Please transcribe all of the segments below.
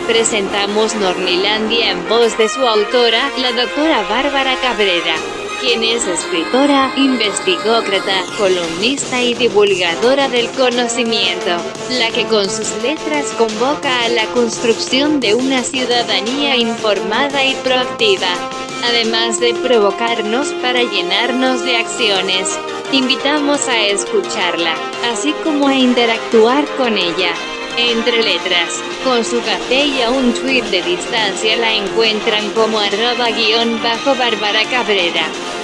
presentamos Nornilandia en voz de su autora, la doctora Bárbara Cabrera, quien es escritora, investigócrata, columnista y divulgadora del conocimiento, la que con sus letras convoca a la construcción de una ciudadanía informada y proactiva, además de provocarnos para llenarnos de acciones. Invitamos a escucharla, así como a interactuar con ella. Entre letras, con su café y a un tweet de distancia la encuentran como @_Bárbara Cabrera.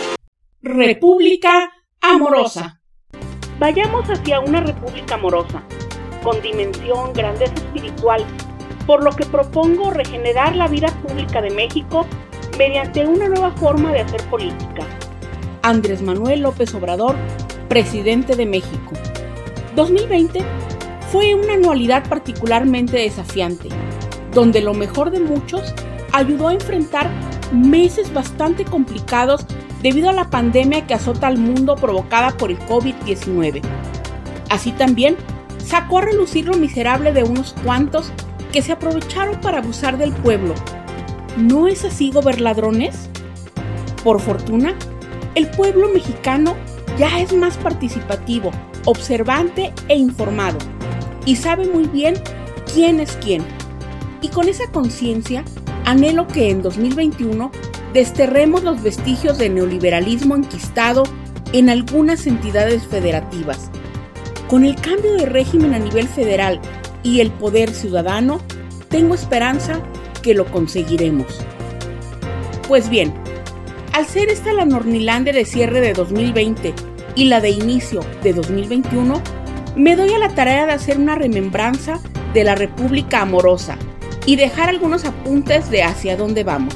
República amorosa. Vayamos hacia una república amorosa, con dimensión, grandeza espiritual, por lo que propongo regenerar la vida pública de México mediante una nueva forma de hacer política. Andrés Manuel López Obrador, presidente de México. 2020 fue una anualidad particularmente desafiante, donde lo mejor de muchos ayudó a enfrentar meses bastante complicados debido a la pandemia que azota al mundo provocada por el COVID-19. Así también sacó a relucir lo miserable de unos cuantos que se aprovecharon para abusar del pueblo. ¿No es así, gobernadrones? Por fortuna, el pueblo mexicano ya es más participativo, observante e informado, y sabe muy bien quién es quién. Y con esa conciencia, anhelo que en 2021 desterremos los vestigios de neoliberalismo enquistado en algunas entidades federativas. Con el cambio de régimen a nivel federal y el poder ciudadano, tengo esperanza que lo conseguiremos. Pues bien, al ser esta la Nornilandia de cierre de 2020 y la de inicio de 2021, me doy a la tarea de hacer una remembranza de la República amorosa y dejar algunos apuntes de hacia dónde vamos.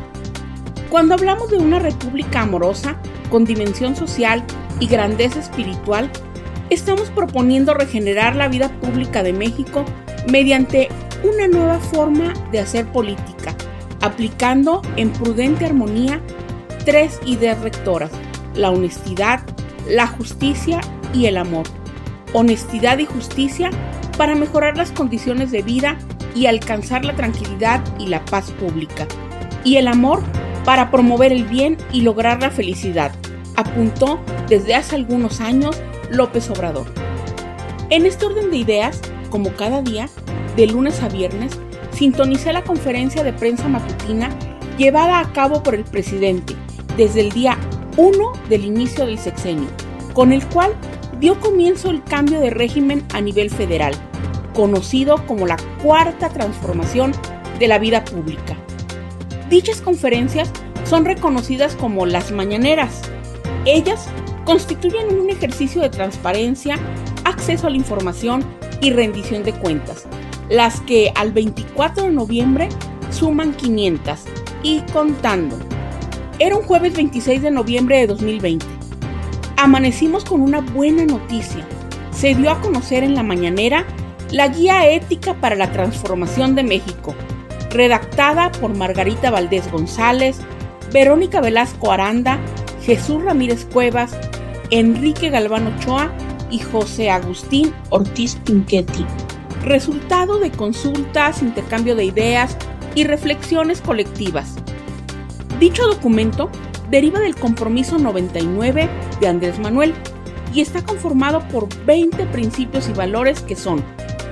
Cuando hablamos de una república amorosa, con dimensión social y grandeza espiritual, estamos proponiendo regenerar la vida pública de México mediante una nueva forma de hacer política, aplicando en prudente armonía 3 ideas rectoras: la honestidad, la justicia y el amor. Honestidad y justicia para mejorar las condiciones de vida y alcanzar la tranquilidad y la paz pública. Y el amor para promover el bien y lograr la felicidad, apuntó desde hace algunos años López Obrador. En este orden de ideas, como cada día, de lunes a viernes, sintonicé la conferencia de prensa matutina llevada a cabo por el presidente desde el día 1 del inicio del sexenio, con el cual dio comienzo el cambio de régimen a nivel federal, conocido como la cuarta transformación de la vida pública. Dichas conferencias son reconocidas como las mañaneras. Ellas constituyen un ejercicio de transparencia, acceso a la información y rendición de cuentas, las que al 24 de noviembre suman 500 y contando. Era un jueves 26 de noviembre de 2020. Amanecimos con una buena noticia. Se dio a conocer en la mañanera la Guía Ética para la Transformación de México, redactada por Margarita Valdés González, Verónica Velasco Aranda, Jesús Ramírez Cuevas, Enrique Galván Ochoa y José Agustín Ortiz Pinchetti. Resultado de consultas, intercambio de ideas y reflexiones colectivas. Dicho documento deriva del Compromiso 99 de Andrés Manuel y está conformado por 20 principios y valores que son: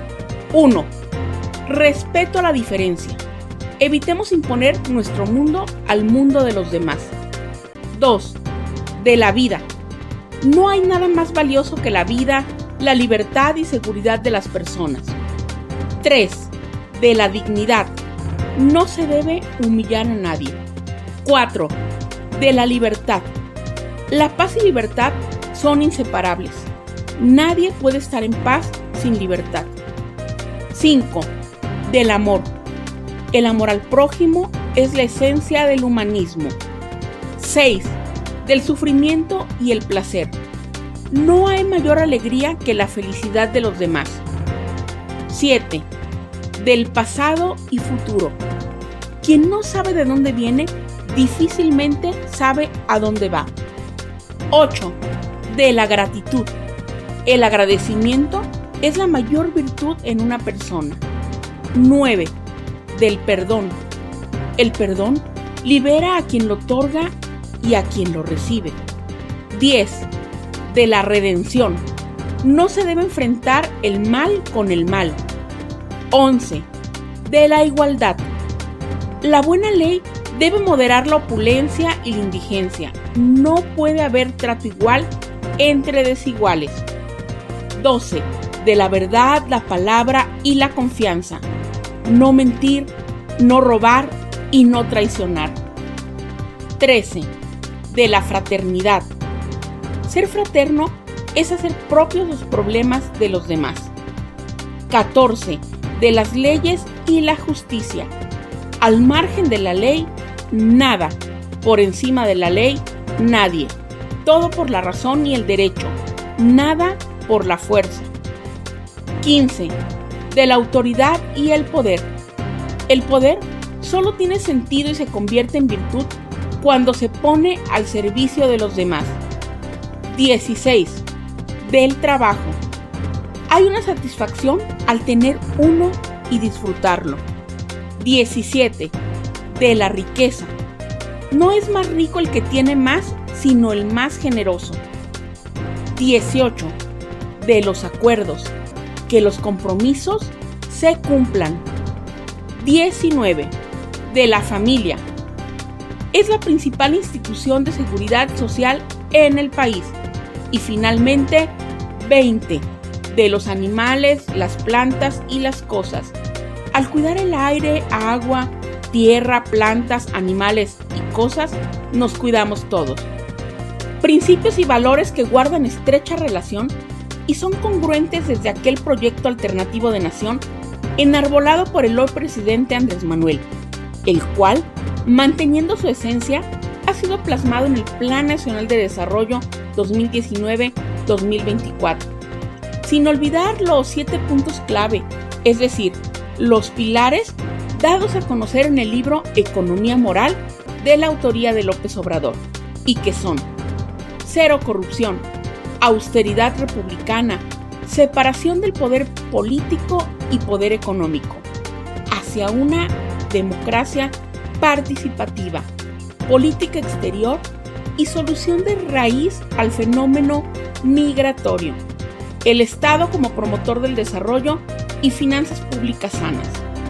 1. Respeto a la diferencia. Evitemos imponer nuestro mundo al mundo de los demás. 2. De la vida. No hay nada más valioso que la vida, la libertad y seguridad de las personas. 3. De la dignidad. No se debe humillar a nadie. 4. De la libertad. La paz y libertad son inseparables. Nadie puede estar en paz sin libertad. 5. Del amor. El amor al prójimo es la esencia del humanismo. 6. Del sufrimiento y el placer. No hay mayor alegría que la felicidad de los demás. 7. Del pasado y futuro. Quien no sabe de dónde viene, difícilmente sabe a dónde va. 8. De la gratitud. El agradecimiento es la mayor virtud en una persona. 9. del perdón. El perdón libera a quien lo otorga y a quien lo recibe. 10. De la redención. No se debe enfrentar el mal con el mal. 11. De la igualdad. La buena ley debe moderar la opulencia y la indigencia. No puede haber trato igual entre desiguales. 12. De la verdad, la palabra y la confianza. No mentir, no robar y no traicionar. 13. De la fraternidad. Ser fraterno es hacer propios los problemas de los demás. 14. De las leyes y la justicia. Al margen de la ley, nada. Por encima de la ley, nadie. Todo por la razón y el derecho. Nada por la fuerza. 15. De la autoridad y el poder. El poder solo tiene sentido y se convierte en virtud cuando se pone al servicio de los demás. 16. Del trabajo. Hay una satisfacción al tener uno y disfrutarlo. 17. De la riqueza. No es más rico el que tiene más, sino el más generoso. 18. De los acuerdos. Que los compromisos se cumplan. 19. De la familia. Es la principal institución de seguridad social en el país. Y finalmente, 20. De los animales, las plantas y las cosas. Al cuidar el aire, agua, tierra, plantas, animales y cosas, nos cuidamos todos. Principios y valores que guardan estrecha relación y son congruentes desde aquel proyecto alternativo de nación enarbolado por el hoy presidente Andrés Manuel, el cual, manteniendo su esencia, ha sido plasmado en el Plan Nacional de Desarrollo 2019-2024, sin olvidar los 7 puntos clave, es decir, los pilares dados a conocer en el libro Economía Moral de la autoría de López Obrador, y que son: cero corrupción, austeridad republicana, separación del poder político y poder económico, hacia una democracia participativa, política exterior y solución de raíz al fenómeno migratorio, el Estado como promotor del desarrollo y finanzas públicas sanas.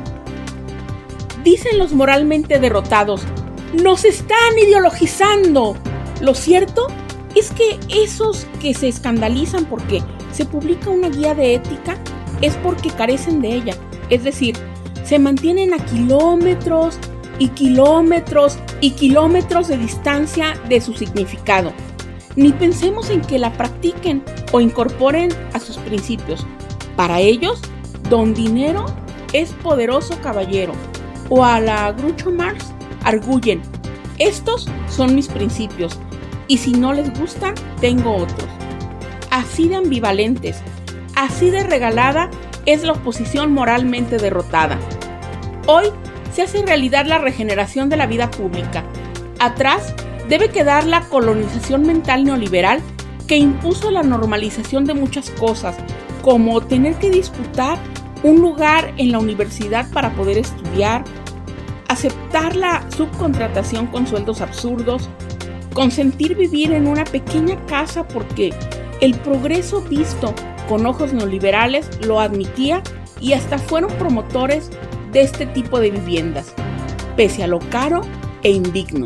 Dicen los moralmente derrotados: ¡nos están ideologizando! Lo cierto es que esos que se escandalizan porque se publica una guía de ética es porque carecen de ella, es decir, se mantienen a kilómetros y kilómetros y kilómetros de distancia de su significado. Ni pensemos en que la practiquen o incorporen a sus principios. Para ellos, don dinero es poderoso caballero, o a la Groucho Marx arguyen: estos son mis principios, y si no les gustan, tengo otros. Así de ambivalentes, así de regalada es la oposición moralmente derrotada. Hoy se hace realidad la regeneración de la vida pública. Atrás debe quedar la colonización mental neoliberal que impuso la normalización de muchas cosas, como tener que disputar un lugar en la universidad para poder estudiar, aceptar la subcontratación con sueldos absurdos, consentir vivir en una pequeña casa porque el progreso visto con ojos neoliberales lo admitía y hasta fueron promotores de este tipo de viviendas, pese a lo caro e indigno.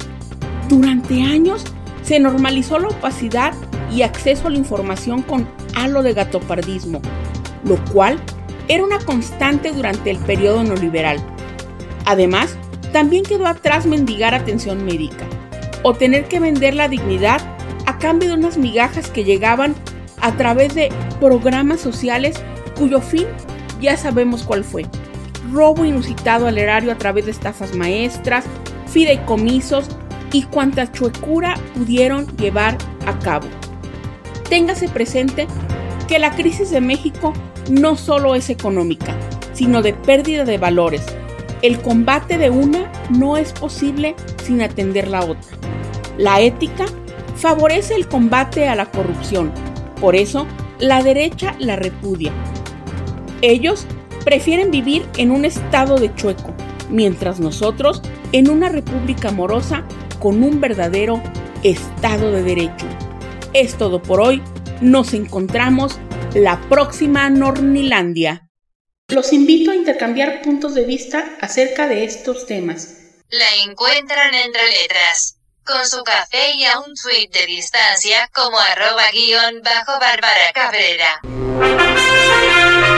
Durante años se normalizó la opacidad y acceso a la información con halo de gatopardismo, lo cual era una constante durante el periodo neoliberal. Además, también quedó atrás mendigar atención médica o tener que vender la dignidad a cambio de unas migajas que llegaban a través de programas sociales cuyo fin ya sabemos cuál fue: robo inusitado al erario a través de estafas maestras, fideicomisos y cuanta chuecura pudieron llevar a cabo. Téngase presente que la crisis de México no solo es económica, sino de pérdida de valores. El combate de una no es posible sin atender la otra. La ética favorece el combate a la corrupción, por eso la derecha la repudia. Ellos prefieren vivir en un estado de chueco, mientras nosotros en una república amorosa con un verdadero Estado de Derecho. Es todo por hoy. Nos encontramos la próxima Nornilandia. Los invito a intercambiar puntos de vista acerca de estos temas. La encuentran entre letras, con su café y a un tweet de distancia como @_Bárbara Cabrera.